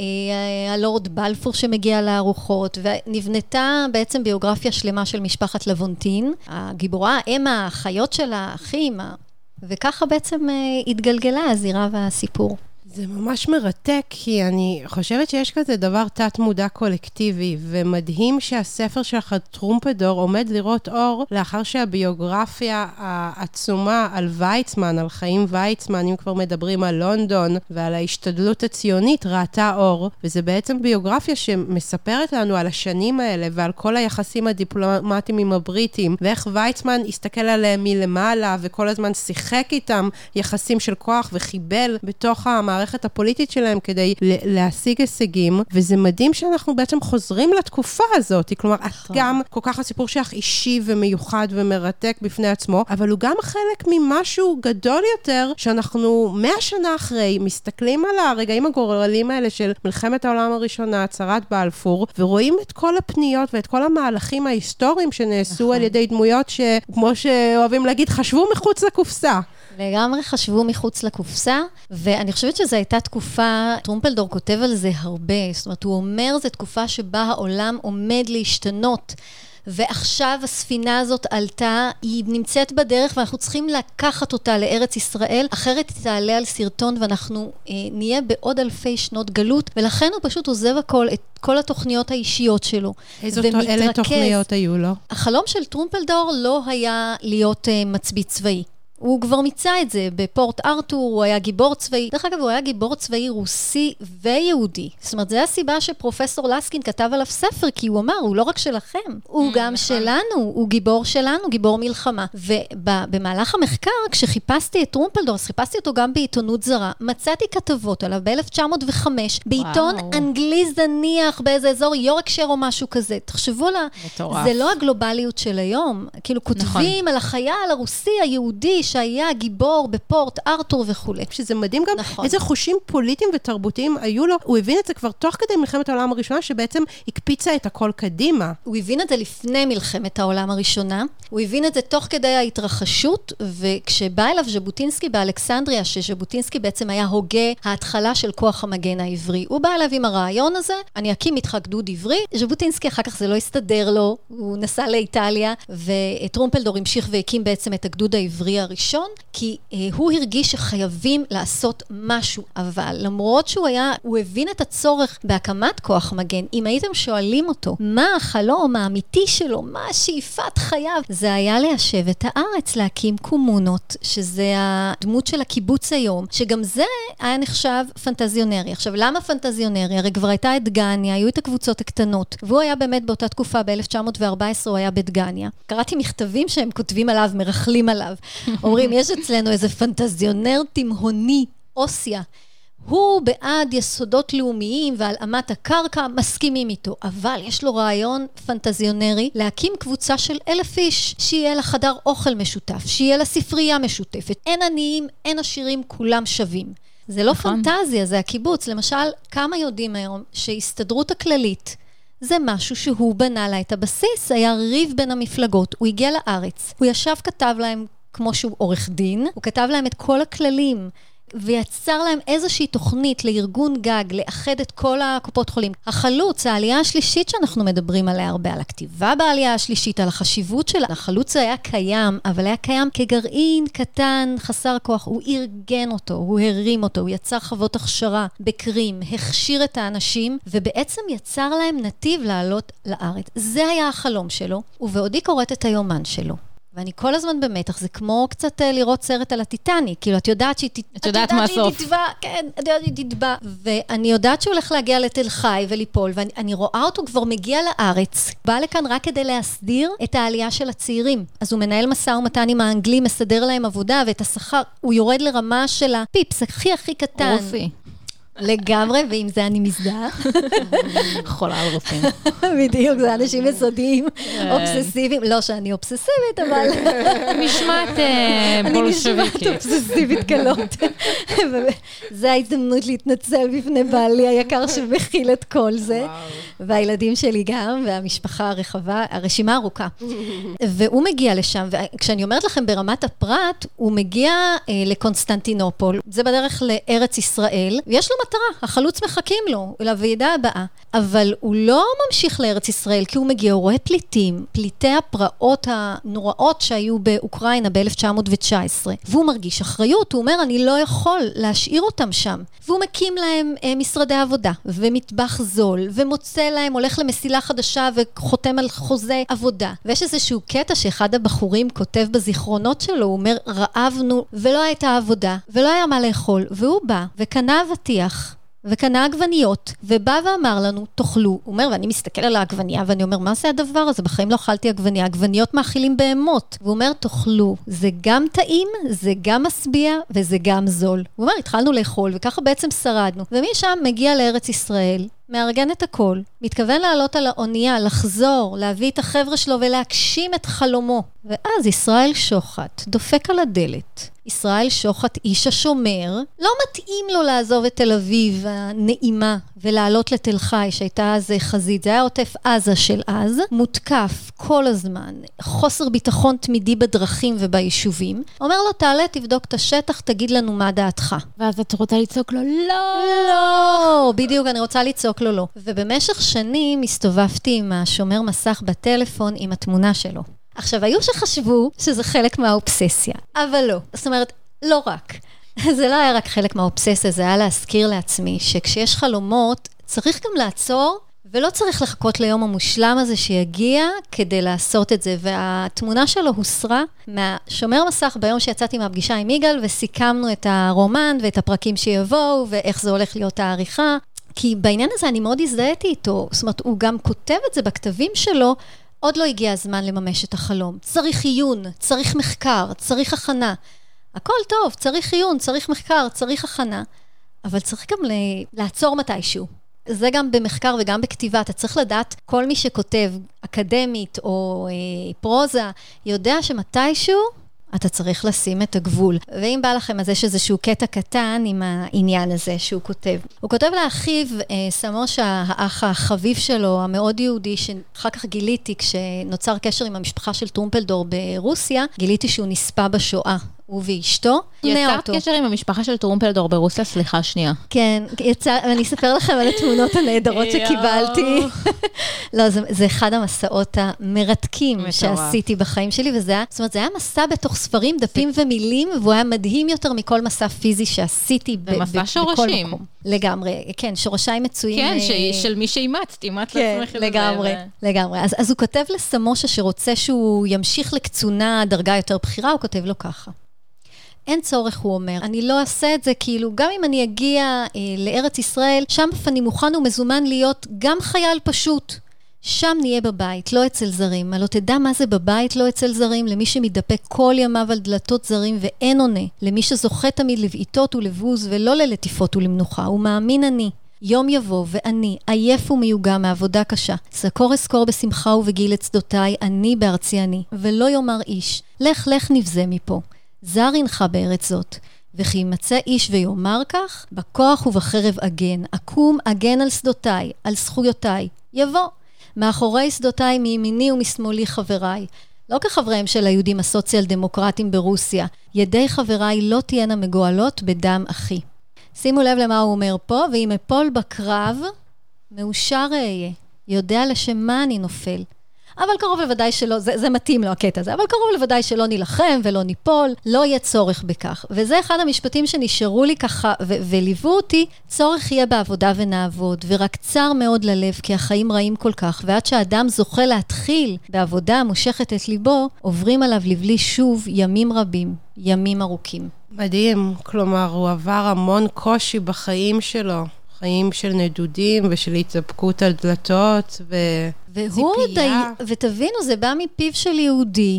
והלורד בלפור שמגיע לארוחות, ונבנתה בעצם ביוגרפיה שלמה של משפחת לבונטין, הגיבורה, אם החיות של האחים, וככה בעצם התגלגלה הזירה והסיפור. זה ממש מרתק, כי אני חושבת שיש כזה דבר תת מודע קולקטיבי, ומדהים שהספר שלך, טרומפלדור, עומד לראות אור, לאחר שהביוגרפיה העצומה על ויצמן, על חיים ויצמן, אם כבר מדברים על לונדון, ועל ההשתדלות הציונית, ראתה אור, וזה בעצם ביוגרפיה שמספרת לנו על השנים האלה, ועל כל היחסים הדיפלומטיים עם הבריטים, ואיך ויצמן הסתכל עליהם מלמעלה, וכל הזמן שיחק איתם יחסים של כוח, וחיבל בתוך המערכת הפוליטית שלהם כדי להשיג הישגים, וזה מדהים שאנחנו בעצם חוזרים לתקופה הזאת, כלומר, את גם כל כך הסיפור שלך אישי ומיוחד ומרתק בפני עצמו, אבל הוא גם חלק ממשהו גדול יותר, שאנחנו 100 שנה אחרי, מסתכלים על הרגעים הגורליים האלה של מלחמת העולם הראשונה, הצהרת בלפור, ורואים את כל הפניות ואת כל המהלכים ההיסטוריים שנעשו על ידי דמויות שכמו שאוהבים להגיד, חשבו מחוץ לקופסה. לגמרי חשבו מחוץ לקופסה, ואני חושבת שזו הייתה תקופה, טרומפלדור כותב על זה הרבה, זאת אומרת, הוא אומר, זו תקופה שבה העולם עומד להשתנות, ועכשיו הספינה הזאת עלתה, היא נמצאת בדרך, ואנחנו צריכים לקחת אותה לארץ ישראל, אחרת היא תעלה על סרטון, ואנחנו נהיה בעוד אלפי שנות גלות, ולכן הוא פשוט עוזב הכל, את כל התוכניות האישיות שלו. אלה תוכניות היו לו? החלום של טרומפלדור לא היה להיות מצביא צבאי. הוא כבר מיצה את זה, בפורט ארתור הוא היה גיבור צבאי, דרך אגב הוא היה גיבור צבאי רוסי ויהודי, זאת אומרת, זה הסיבה שפרופסור לסקין כתב עליו ספר, כי הוא אמר, הוא לא רק שלכם, הוא גם שלנו, הוא גיבור שלנו, גיבור מלחמה, ובמהלך המחקר, כשחיפשתי את טרומפלדור, אז חיפשתי אותו גם בעיתונות זרה, מצאתי כתבות עליו ב-1905, בעיתון אנגלי זניח, באיזה אזור יורקשר או משהו כזה, תחשבו לה, זה לא הגלובליות של היום, כאילו כותבים על החייל הרוסי היהודי, שהיה גיבור בפורט ארתור וכו'. שזה מדהים גם איזה חושים פוליטיים ותרבותיים היו לו. הוא הבין את זה כבר תוך כדי מלחמת העולם הראשונה, שבעצם הקפיצה את הכל קדימה. הוא הבין את זה לפני מלחמת העולם הראשונה. הוא הבין את זה תוך כדי ההתרחשות, וכשבא אליו ז'בוטינסקי באלכסנדריה, שז'בוטינסקי בעצם היה הוגה ההתחלה של כוח המגן העברי. הוא בא אליו עם הרעיון הזה, אני אקים איתך גדוד עברי. ז'בוטינסקי אחר כך זה לא הסתדר לו, הוא נסע לאיטליה, וטרומפלדור המשיך והקים בעצם את הגדוד העברי הראשון, כי הוא הרגיש שחייבים לעשות משהו, אבל למרות הוא הבין את הצורך בהקמת כוח מגן, אם הייתם שואלים אותו, מה החלום האמיתי שלו, מה שאיפת חייו, זה היה ליישב את הארץ, להקים קומונות, שזה הדמות של הקיבוץ היום, שגם זה היה נחשב פנטזיונרי. עכשיו, למה פנטזיונרי? הרי כבר הייתה את דגניה, היו את הקבוצות הקטנות, והוא היה באמת באותה תקופה, ב-1914 הוא היה בדגניה. קראתי מכתבים שהם כותבים עליו, מרחלים עליו. אומרים, יש אצלנו איזה פנטזיונר תימהוני, אוסיה. הוא בעד יסודות לאומיים ועל אמת הקרקע, מסכימים איתו. אבל יש לו רעיון פנטזיונרי להקים קבוצה של 1,000 איש, שיהיה לה חדר אוכל משותף, שיהיה לה ספרייה משותפת. אין עניים, אין עשירים, כולם שווים. זה לא פנטזיה, זה הקיבוץ. למשל, כמה יודעים היום שהסתדרות הכללית, זה משהו שהוא בנה לה את הבסיס, היה ריב בין המפלגות, הוא הגיע לארץ, הוא ישב, כתב להם כמו שהוא עורך דין, הוא כתב להם את כל הכללים, ויצר להם איזושהי תוכנית לארגון גג, לאחד את כל הקופות חולים. החלוץ, העלייה השלישית שאנחנו מדברים עליה הרבה, על הכתיבה בעלייה השלישית, על החשיבות שלה. החלוץ היה קיים, אבל היה קיים כגרעין קטן, חסר כוח. הוא ארגן אותו, הוא הרים אותו, הוא יצר חוות הכשרה בקרים, הכשיר את האנשים, ובעצם יצר להם נתיב לעלות לארץ. זה היה החלום שלו, ובעודי קוראת את היומן שלו. ואני כל הזמן במתח, זה כמו קצת לראות סרט על הטיטניק, כאילו את יודעת שהיא תטבע, כן, את יודעת שהיא תטבע, ואני יודעת שהוא הולך להגיע לתל חי וליפול, ואני רואה אותו כבר מגיע לארץ, בא לכאן רק כדי להסדיר את העלייה של הצעירים, אז הוא מנהל משא ומתן עם האנגלים, מסדר להם עבודה ואת השכר, הוא יורד לרמה של הפיפס, הכי קטן. רוסי. לגמרי, ועם זה אני מזדהה. חולה על רופאים. בדיוק, זה אנשים יסודיים, אובססיביים. לא שאני אובססיבית, אבל... משמעת בולשביקית. אני משמעת אובססיבית קלות. זה ההזדמנות להתנצל בפני בעלי היקר שמכיל את כל זה. והילדים שלי גם, והמשפחה הרחבה, הרשימה ארוכה. והוא מגיע לשם, וכשאני אומרת לכם ברמת הפרט, הוא מגיע לקונסטנטינופול, זה בדרך לארץ ישראל, ויש לו מטרה, החלוץ מחכים לו, לוועידה הבאה. אבל הוא לא ממשיך לארץ ישראל, כי הוא מגיע, הוא רואה פליטים, פליטי הפרעות הנוראות שהיו באוקראינה ב-1919, והוא מרגיש אחריות, הוא אומר, אני לא יכול להשאיר אותם שם. והוא מקים להם משרדי עבודה, ומטבח זול, ומוצא להם, הולך למסילה חדשה, וחותם על חוזה עבודה. ויש איזשהו קטע שאחד הבחורים כותב בזיכרונות שלו, הוא אומר, רעבנו, ולא הייתה עבודה, ולא היה מה לאכול, והוא בא, וקנה אבטיח, וקנה עגבניות, ובא ואמר לנו, תאכלו. הוא אומר, ואני מסתכל על העגבנייה, ואני אומר, מה זה הדבר הזה? בחיים לא אכלתי עגבנייה, עגבניות מאכילים בהמות. והוא אומר, תאכלו. זה גם טעים, זה גם משביע, וזה גם זול. הוא אומר, התחלנו לאכול, וככה בעצם שרדנו. ומשם מגיע לארץ ישראל, מארגן את הכל, מתכוון לעלות על האונייה, לחזור, להביא את החבר'ה שלו ולהגשים את חלומו. ואז ישראל שוחט, דופק על הדלת. ישראל שוחט, איש השומר, לא מתאים לו לעזוב את תל אביב הנעימה ולעלות לתל חי, שהייתה אז חזית, זה היה עוטף עזה של אז, מותקף כל הזמן, חוסר ביטחון תמידי בדרכים וביישובים. אומר לו, תעלה, תבדוק את השטח, תגיד לנו מה דעתך. ואז את רוצה לצעוק לו, לא! לא! בדיוק, אני רוצה לצעוק לו לא. ובמשך שנים הסתובבתי עם השומר מסך בטלפון עם התמונה שלו. עכשיו, היו שחשבו שזה חלק מהאובססיה, אבל לא. זאת אומרת, לא רק. זה לא היה רק חלק מהאובססיה, זה היה להזכיר לעצמי שכשיש חלומות, צריך גם לעצור, ולא צריך לחכות ליום המושלם הזה שיגיע כדי לעשות את זה. והתמונה שלו הוסרה מהשומר מסך ביום שיצאתי מהפגישה עם יגאל, וסיכמנו את הרומן ואת הפרקים שיבואו, ואיך זה הולך להיות העריכה. כי בעניין הזה אני מאוד הזדהיתי איתו. זאת אומרת, הוא גם כותב את זה בכתבים שלו, עוד לא הגיע הזמן לממש את החלום. צריך עיון, צריך מחקר, צריך הכנה. הכל טוב, צריך עיון, צריך מחקר, צריך הכנה. אבל צריך גם לעצור מתישהו. זה גם במחקר וגם בכתיבה. אתה צריך לדעת, כל מי שכותב אקדמית או פרוזה, יודע שמתישהו אתה צריך לשים את הגבול. ואם בא לכם אז יש איזשהו קטע קטן עם העניין הזה שהוא כותב. הוא כותב לאחיו, סמושה, האח החביב שלו, המאוד יהודי, שאחר כך גיליתי, כשנוצר קשר עם המשפחה של טרומפלדור ברוסיה, גיליתי שהוא נספה בשואה. הוא ואשתו. יצרת קשר עם המשפחה של טרומפלדור ברוסיה, סליחה שנייה. כן, ואני אספר לכם על התמונות הנהדרות שקיבלתי. לא, זה אחד המסעות המרתקים שעשיתי בחיים שלי, זאת אומרת, זה היה מסע בתוך ספרים, דפים ומילים, והוא היה מדהים יותר מכל מסע פיזי שעשיתי במסע שורשים. לגמרי, כן, שורשיים מצויים. כן, של מי שאימצת, אימצת לעצמך. לגמרי. אז הוא כותב לסמושה שרוצה שהוא ימשיך לקצונה דרגה יותר בחירה, הוא כותב לו ככה. אין צורך, הוא אומר. אני לא אעשה את זה, כאילו, גם אם אני אגיע לארץ ישראל, שם אני מוכן ומזומן להיות גם חייל פשוט. שם נהיה בבית, לא אצל זרים. לא תדע מה זה בבית, לא אצל זרים, למי שמתדפק כל ימיו על דלתות זרים ואין עונה. למי שזוכה תמיד לבעיטות ולבוז ולא ללטיפות ולמנוחה. הוא מאמין אני. יום יבוא ואני, עייף ומיוגע מעבודה קשה. סקור אסקור בשמחה ובגיל את שדותיי, אני בארצי אני. ולא יאמר איש, לך נבזה מפה. זר אינך בארץ זאת, וכי ימצא איש ויאמר כך, בכוח ובחרב אגן, אקום אגן על שדותיי, על זכויותיי, יבוא, מאחורי שדותיי מימיני ומשמאלי חבריי, לא כחבריהם של היהודים הסוציאל דמוקרטים ברוסיה, ידי חבריי לא תהיינה מגועלות בדם אחי. שימו לב למה הוא אומר פה, ואם אפול בקרב, מאושר אהיה, יודע לשם מה אני נופל. אבל קרוב לוודאי שלא, זה מתאים לו הקטע הזה, אבל קרוב לוודאי שלא נלחם ולא ניפול, לא יהיה צורך בכך. וזה אחד המשפטים שנשארו לי ככה, וליוו אותי, צורך יהיה בעבודה ונעבוד, ורק צר מאוד ללב, כי החיים רעים כל כך, ועד שהאדם זוכה להתחיל בעבודה מושכת את ליבו, עוברים עליו לבלי שוב ימים רבים, ימים ארוכים. מדהים, כלומר, הוא עבר המון קושי בחיים שלו, חיים של נדודים ושל התדפקות על דלתות וציפייה. ותבינו, זה בא מפיו של יהודי,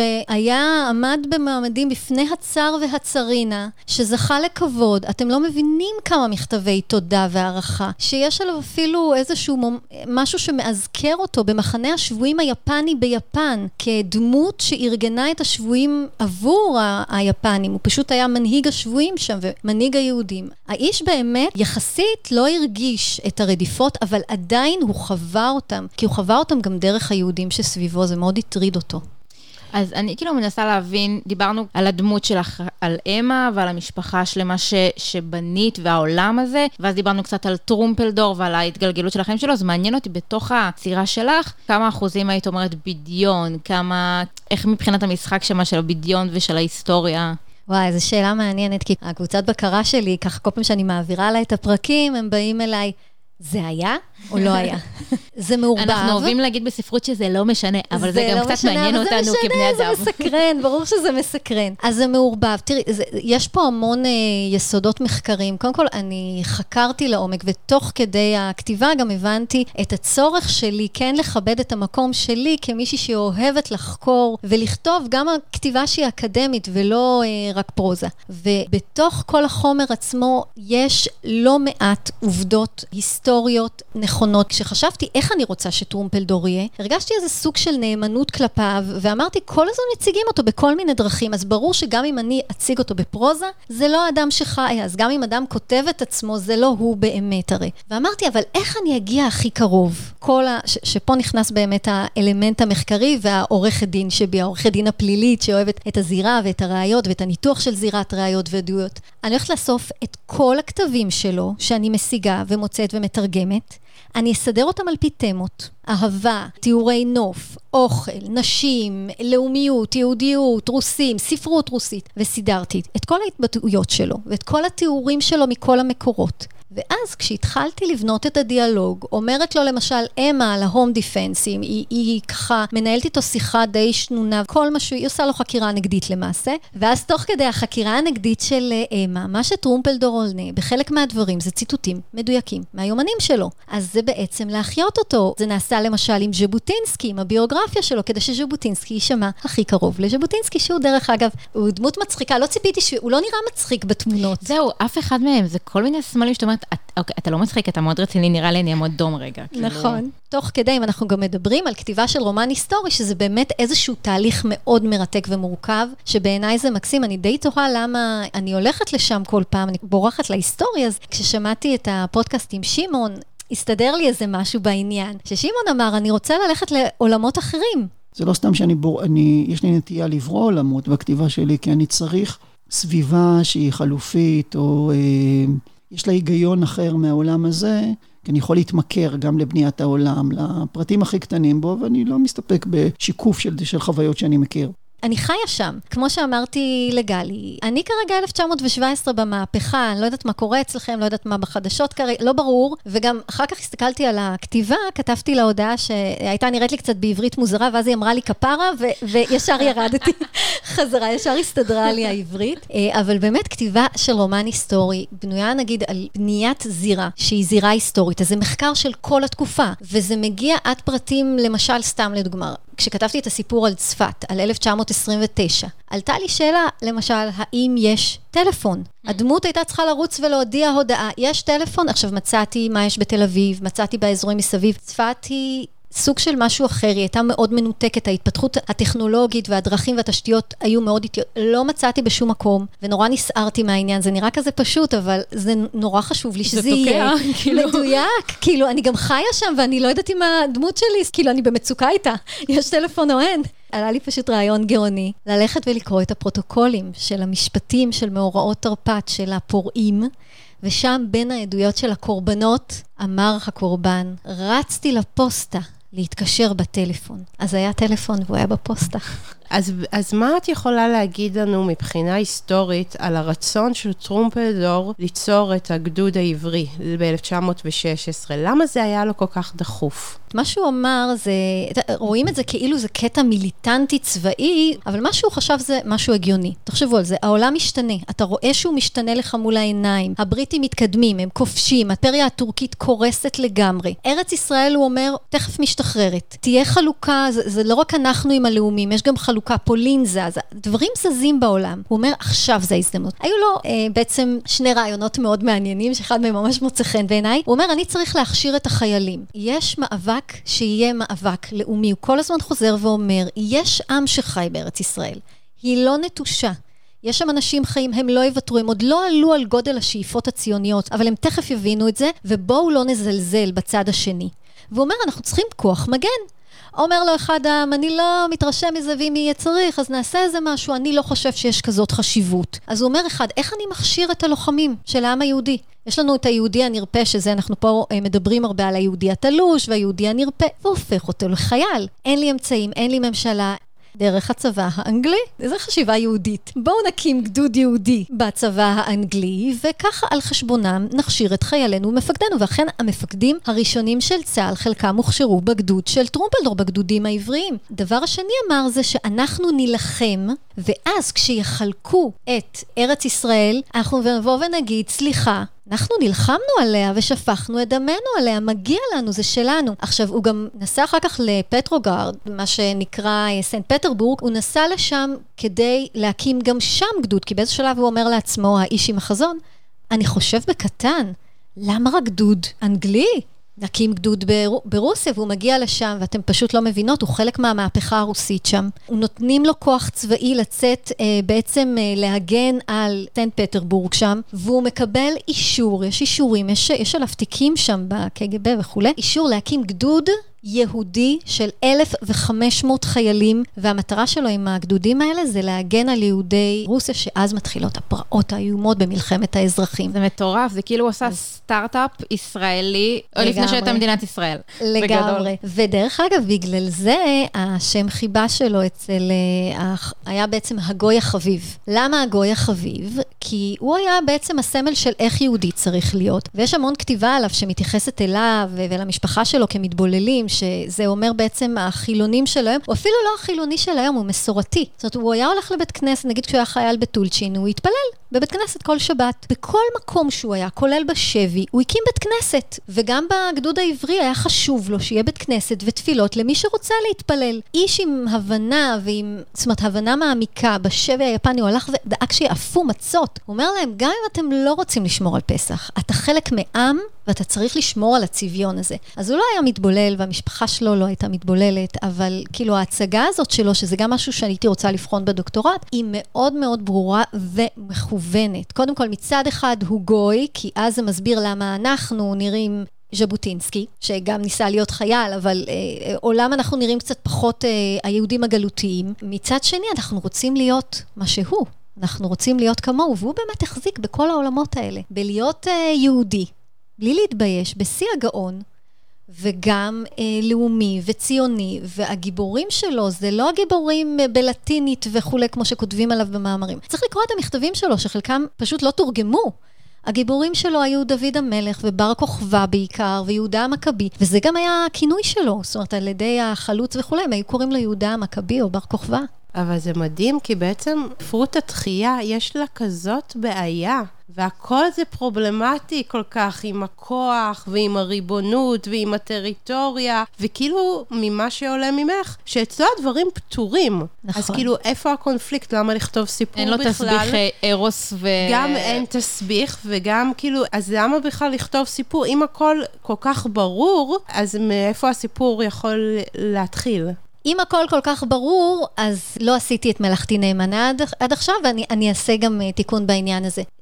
שהיה עמד במעמדים בפני הצר והצרינה, שזכה לכבוד. אתם לא מבינים כמה מכתבי תודה והערכה, שיש עליו אפילו איזשהו משהו שמאזכר אותו במחנה השבויים היפני ביפן, כדמות שארגנה את השבויים עבור היפנים. הוא פשוט היה מנהיג השבויים שם ומנהיג היהודים. האיש באמת יחסית לא הרגיש את הרדיפות, אבל עדיין הוא חווה אותם, כי הוא חווה אותם גם דרך היהודים שסביבו, זה מאוד הטריד אותו. אז אני כאילו מנסה להבין, דיברנו על הדמות שלך, על אמא ועל המשפחה שלמה שבנית והעולם הזה, ואז דיברנו קצת על טרומפלדור ועל ההתגלגלות של החיים שלו, אז מעניין אותי בתוך הצירה שלך, כמה אחוזים היית אומרת בדיון, איך מבחינת המשחק שמה של הבדיון ושל ההיסטוריה? וואי, זו שאלה מעניינת, כי הקבוצת בקרה שלי, ככה כל פעם שאני מעבירה לה את הפרקים, הם באים אליי, זה היה או לא היה? זה מעורבב. אנחנו אוהבים להגיד בספרות שזה לא משנה, אבל זה גם קצת מעניין אותנו כבני אדם. זה מסקרן, ברור שזה מסקרן. אז זה מעורבב. תראי, יש פה המון יסודות מחקרים. קודם כל, אני חקרתי לעומק, ותוך כדי הכתיבה גם הבנתי את הצורך שלי כן לכבד את המקום שלי, כמישהי שאוהבת לחקור ולכתוב גם הכתיבה שהיא אקדמית, ולא רק פרוזה. ובתוך כל החומר עצמו, יש לא מעט עובדות היסטוריות נכונות. כשחשבתי איך אני רוצה שטרומפלדור יהיה, הרגשתי איזה סוג של נאמנות כלפיו, ואמרתי, כל הזמן מציגים אותו בכל מיני דרכים, אז ברור שגם אם אני אציג אותו בפרוזה, זה לא האדם שחי, אז גם אם אדם כותב את עצמו, זה לא הוא באמת הרי. ואמרתי, אבל איך אני אגיע הכי קרוב? שפה נכנס באמת האלמנט המחקרי, והעורכת דין שבי, העורכת דין הפלילית, שאוהבת את הזירה ואת הראיות, ואת הניתוח של זירת ראיות ועדויות. אני הולכת לאסוף את כל הכתבים שלו, שאני משיגה ומוצאת ומתרגמת, אני אסדר אותם על פי תמות, אהבה, תיאורי נוף, אוכל, נשים, לאומיות, יהודיות, רוסים, ספרות רוסית, וסידרתי את כל ההתבטאויות שלו, ואת כל התיאורים שלו מכל המקורות. ואז כשהתחלתי לבנות את הדיאלוג, אומרת לו למשל, אמא על ההום דיפנסים, היא ככה מנהלת איתו שיחה די שנונה, כל משהו, היא עושה לו חקירה נגדית למעשה, ואז תוך כדי החקירה הנגדית של אמא, מה שטרומפלדור עונה, בחלק מהדברים זה ציטוטים מדויקים, מהיומנים שלו. אז זה בעצם להחיות אותו. זה נעשה למשל עם ז'בוטינסקי, עם הביוגרפיה שלו, כדי שז'בוטינסקי יישמע הכי קרוב לז'בוטינסקי, שהוא דרך אגב, הוא דמות מצחיקה, לא ציפיתי שהוא לא נראה מצחיק בתמונות. זהו, אף אחד מהם, זה כל מיני סמלים שאתה אומרת, אתה לא מצחיק, אתה מאוד רציני, נראה לי אני מאוד דום רגע. נכון. תוך כדי, אם אנחנו גם מדברים על כתיבה של רומן היסטורי, שזה באמת איזשהו תהליך מאוד מרתק ומורכב, שבעיניי זה מקסים, אני די תוהה למה אני הולכת לשם כל פעם, אני בורחת להיסטוריה, אז כששמעתי את הפודקאסט עם שמעון, הסתדר לי איזה משהו בעניין, ששמעון אמר, אני רוצה ללכת לעולמות אחרים. זה לא סתם יש לי נטייה לברוא עולמות בכתיבה שלי, כי אני צריך סביבה שהיא חלופית, או יש לה היגיון אחר מהעולם הזה, כי אני יכול להתמכר גם לבניית העולם, לפרטים הכי קטנים בו, ואני לא מסתפק בשיקוף של חוויות שאני מכיר. אני חיה שם, כמו שאמרתי לגלי, אני כרגע 1917 במהפכה, אני לא יודעת מה קורה אצלכם, לא יודעת מה בחדשות כרגע, לא ברור, וגם אחר כך הסתכלתי על הכתיבה, כתבתי לה הודעה שהייתה נראית לי קצת בעברית מוזרה, ואז היא אמרה לי כפרה, וישר ירדתי חזרה, ישר הסתדרה לי העברית, אבל באמת כתיבה של רומן היסטורי, בנויה נגיד על בניית זירה, שהיא זירה היסטורית, אז זה מחקר של כל התקופה, וזה מגיע עד פרטים, למשל סתם לדוגמה, כשכתבתי את הסיפור על צפת, על 1929, עלתה לי שאלה, למשל, האם יש טלפון? הדמות הייתה צריכה לרוץ ולהודיע הודעה, יש טלפון? עכשיו מצאתי מה יש בתל אביב, מצאתי באזורים מסביב, צפת היא סוג של משהו אחר, היא הייתה מאוד מנותקת, ההתפתחות הטכנולוגית והדרכים והתשתיות היו מאוד איטיות, לא מצאתי בשום מקום, ונורא נסערתי מהעניין, זה נראה כזה פשוט, אבל זה נורא חשוב לי שזה יהיה מדויק, כאילו אני גם חיה שם, ואני לא יודעת אם הדמות שלי, כאילו אני במצוקה איתה, יש טלפון או אין. עלה לי פשוט רעיון גאוני, ללכת ולקרוא את הפרוטוקולים של המשפטים של מאורעות תרפ"ט של הפורעים, ושם בין העדויות של הקורבנות, אמר הקורבן, רצתי לפוסטה, להתקשר בטלפון. אז היה טלפון והוא היה בפוסטה. אז מה את יכולה להגיד לנו מבחינה היסטורית על הרצון של טרומפלדור ליצור את הגדוד העברי ב-1916? למה זה היה לו כל כך דחוף? מה שהוא אמר זה, רואים את זה כאילו זה קטע מיליטנטי צבאי, אבל מה שהוא חשב זה משהו הגיוני. תחשבו על זה, העולם משתנה, אתה רואה שהוא משתנה לך מול העיניים, הבריטים מתקדמים, הם כובשים, האימפריה הטורקית קורסת לגמרי. ארץ ישראל, הוא אומר, תכף משתחררת. תהיה חלוקה, זה לא רק אנחנו עם הלאומים, יש גם חלוקה, פולין זז, דברים זזים בעולם. הוא אומר, עכשיו זה ההזדמנות. היו לו בעצם שני רעיונות מאוד מעניינים, שאחד מהם ממש מוצא חן בעיניי. הוא אומר, אני צריך להכשיר את החיילים. יש מאבק שיהיה מאבק לאומי. הוא כל הזמן חוזר ואומר, יש עם שחי בארץ ישראל. היא לא נטושה. יש שם אנשים חיים, הם לא יוותרו, הם עוד לא עלו על גודל השאיפות הציוניות, אבל הם תכף יבינו את זה, ובואו לא נזלזל בצד השני. והוא אומר, אנחנו צריכים כוח מגן. אומר לו אחד העם, אני לא מתרשם מזה, ואם יהיה צריך, אז נעשה איזה משהו, אני לא חושב שיש כזאת חשיבות. אז הוא אומר אחד, איך אני מכשיר את הלוחמים של העם היהודי? יש לנו את היהודי הנרפה, שזה אנחנו פה מדברים הרבה על היהודי התלוש, והיהודי הנרפה, והופך אותו לחייל. אין לי אמצעים, אין לי ממשלה, דרך הצבא האנגלי. איזו חשיבה יהודית. בואו נקים גדוד יהודי בצבא האנגלי, וככה על חשבונם נכשיר את חיילינו ומפקדנו, ואכן המפקדים הראשונים של צה"ל, חלקם הוכשרו בגדוד של טרומפלדור, בגדודים העבריים. דבר השני אמר זה שאנחנו נלחם, ואז כשיחלקו את ארץ ישראל, אנחנו נבוא ונגיד, סליחה, אנחנו נלחמנו עליה ושפכנו את דמנו עליה, מגיע לנו, זה שלנו. עכשיו, הוא גם נסע אחר כך לפטרוגרד, מה שנקרא סנט פטרבורג, הוא נסע לשם כדי להקים גם שם גדוד, כי באיזה שלב הוא אומר לעצמו, האיש עם החזון, אני חושב בקטן, למה רק גדוד אנגלי? נקים גדוד ברוסיה, והוא מגיע לשם, ואתם פשוט לא מבינות, הוא חלק מהמהפכה הרוסית שם. הוא נותנים לו כוח צבאי לצאת, בעצם להגן על סנט פטרבורג שם, והוא מקבל אישור, יש אישורים, יש עליו תיקים שם בקג"ב וכו', אישור להקים גדוד יהודי של 1,500 חיילים, והמטרה שלו עם הגדודים האלה זה להגן על יהודי רוסיה, שאז מתחילות הפרעות האיומות במלחמת האזרחים. זה מטורף, זה כאילו עושה סטארט-אפ ישראלי, או לפני שהייתה מדינת ישראל. לגמרי. ודרך אגב, בגלל זה, השם חיבה שלו היה בעצם הגוי החביב. למה הגוי החביב? כי הוא היה בעצם הסמל של איך יהודי צריך להיות. ויש המון כתיבה עליו שמתייחסת אליו ולמשפחה שלו כמתבוללים, שזה אומר בעצם החילונים של היום, או אפילו לא החילוני של היום, הוא מסורתי. זאת אומרת, הוא היה הולך לבית כנסת, נגיד כשהוא היה חייל בטולצ'ין, הוא התפלל בבית כנסת כל שבת. בכל מקום שהוא היה, כולל בשבי, הוא הקים בית כנסת. וגם בגדוד העברי היה חשוב לו שיהיה בית כנסת ותפילות למי שרוצה להתפלל. איש עם הבנה ועם, זאת אומרת, הבנה מעמיקה בשבי היפני, הוא הלך ודאג שיעפו מצות. הוא אומר להם, גם אם אתם לא רוצים לשמור על פסח, אתה חלק מעם, ואתה צריך לשמור על הצביון הזה. אז הוא לא היה מתבולל, והמשפחה שלו לא הייתה מתבוללת, אבל כאילו ההצגה הזאת שלו, שזה גם משהו שהייתי רוצה לבחון בדוקטורט, היא מאוד מאוד ברורה ומכוונת. קודם כל, מצד אחד הוא גוי, כי אז זה מסביר למה אנחנו נראים ז'בוטינסקי, שגם ניסה להיות חייל, אבל עולם אנחנו נראים קצת פחות היהודים הגלותיים. מצד שני, אנחנו רוצים להיות מה שהוא. אנחנו רוצים להיות כמוהו, והוא באמת החזיק בכל העולמות האלה. בלהיות יהודי, בלי להתבייש, בשיא הגאון, וגם לאומי וציוני, והגיבורים שלו, זה לא הגיבורים בלטינית וכו', כמו שכותבים עליו במאמרים. צריך לקרוא את המכתבים שלו, שחלקם פשוט לא תורגמו. הגיבורים שלו היו דוד המלך ובר כוכבא בעיקר, ויהודה המכבי, וזה גם היה הכינוי שלו, זאת אומרת, על ידי החלוץ וכו', הם היו קוראים לו יהודה המכבי או בר כוכבא. אבל זה מדהים, כי בעצם ספרות התחייה יש לה כזאת בעיה, והכל זה פרובלמטי כל כך עם הכוח ועם הריבונות ועם הטריטוריה, וכאילו ממה שעולה ממך, שאצלו הדברים פתורים. נכון. אז כאילו איפה הקונפליקט? למה לכתוב סיפור בכלל? אין לו תסביך אירוס גם אין תסביך וגם כאילו, אז למה בכלל לכתוב סיפור? אם הכל כל כך ברור, אז מאיפה הסיפור יכול להתחיל? אם הכל כל כך ברור, אז לא עשיתי את מלאכתי נאמנה עד עכשיו, ואני אעשה גם תיקון בעניין הזה.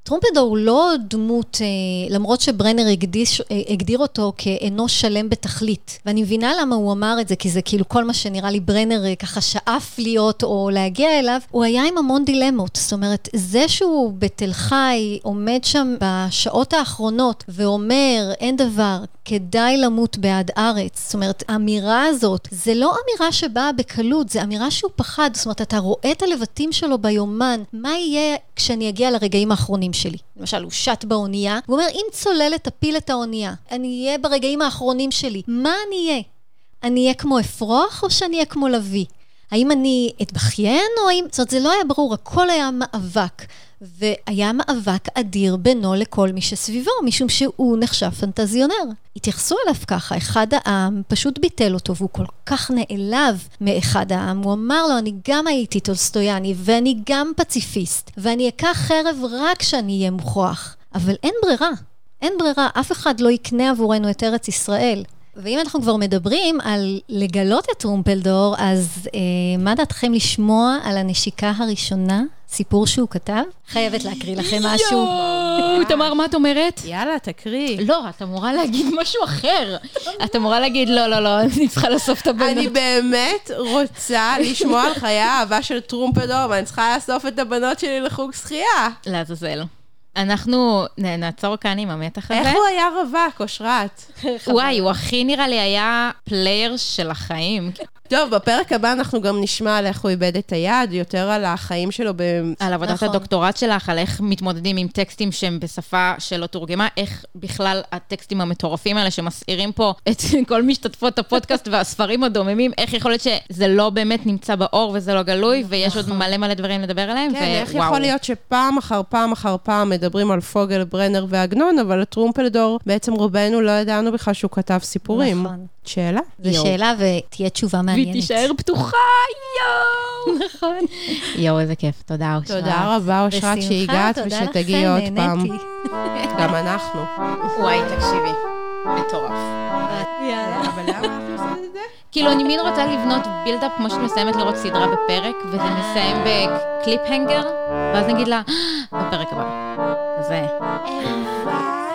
טרומפלדור הוא לא דמות, למרות שברנר הגדיר אותו כאנוש שלם בתכלית. ואני מבינה למה הוא אמר את זה, כי זה כאילו כל מה שנראה לי ברנר ככה שאף להיות או להגיע אליו, הוא היה עם המון דילמות. זאת אומרת, זה שהוא בתל חי עומד שם בשעות האחרונות ואומר, אין דבר, כדאי למות בעד ארץ. זאת אומרת, האמירה הזאת, זה לא אמירה שבאה בקלות, זה אמירה שהוא פחד. זאת אומרת, אתה רואה את הלבטים שלו ביומן, מה יהיה כשאני אגיע לרגעים האחרונים שלי? למשל, הוא שט באונייה, הוא אומר, אם צוללת תפיל את האונייה, אני אהיה ברגעים האחרונים שלי. מה אני אהיה? אני אהיה כמו אפרוח או שאני אהיה כמו לוי? האם אני אתבכיין או האם... זאת אומרת, זה לא היה ברור, הכל היה מאבק. והיה מאבק אדיר בינו לכל מי שסביבו, משום שהוא נחשב פנטזיונר. התייחסו אליו ככה, אחד העם פשוט ביטל אותו, והוא כל כך נעלב מאחד העם. הוא אמר לו, אני גם הייתי טולסטויאני, ואני גם פציפיסט, ואני אקח חרב רק שאני אהיה מוכרח. אבל אין ברירה, אין ברירה, אף אחד לא יקנה עבורנו את ארץ ישראל. ואם אנחנו כבר מדברים על לגלות את טרומפלדור, אז מה דעתכם לשמוע על הנשיקה הראשונה? סיפור שהוא כתב? חייבת להקריא לכם משהו. תמר, מה את אומרת? יאללה, תקריא. לא, את אמורה להגיד משהו אחר. את אמורה להגיד, לא, אני צריכה לאסוף את הבנות. אני באמת רוצה לשמוע על חיי האהבה של טרומפלדור, ואני צריכה לאסוף את הבנות שלי לחוג שחייה. לעזאזל. אנחנו נעצור כאן עם המתח הזה. איך הוא היה רווק, אושרת? וואי, הוא הכי נראה לי היה פלייר של החיים. טוב, בפרק הבא אנחנו גם נשמע על איך הוא איבד את היד, יותר על החיים שלו על עבודת הדוקטורט שלך, על איך מתמודדים עם טקסטים שהם בשפה שלא תורגמה, איך בכלל הטקסטים המטורפים האלה שמסעירים פה את כל משתתפות הפודקאסט והספרים הדוממים, איך יכול להיות שזה לא באמת נמצא באור וזה לא גלוי, ויש עוד מלא דברים לדבר עליהם. כן, איך יכול להיות שפעם אחר פעם אחר פעם מדברים על פוגל, ברנר ועגנון, אבל טרומפלדור בעצם רובנו לא ידענו בכלל שהוא כתב סיפורים. נכון. שאלה? זו שאלה ותהיה תשובה מעניינת. והיא תישאר פתוחה, יואו! נכון. יואו, איזה כיף. תודה, אושרת. תודה רבה, אושרת, שהגעת ושתגיעי עוד פעם. גם אנחנו. וואי, תקשיבי. מטורף. יאללה. אבל למה אנחנו עושים את זה? כאילו, אני מין רוצה לבנות בילדאפ כמו שאני מסיימת לראות סדרה בפרק, וזה מסיים בקליפ הנגר, ואז נגיד לה, בפרק הבא. זה.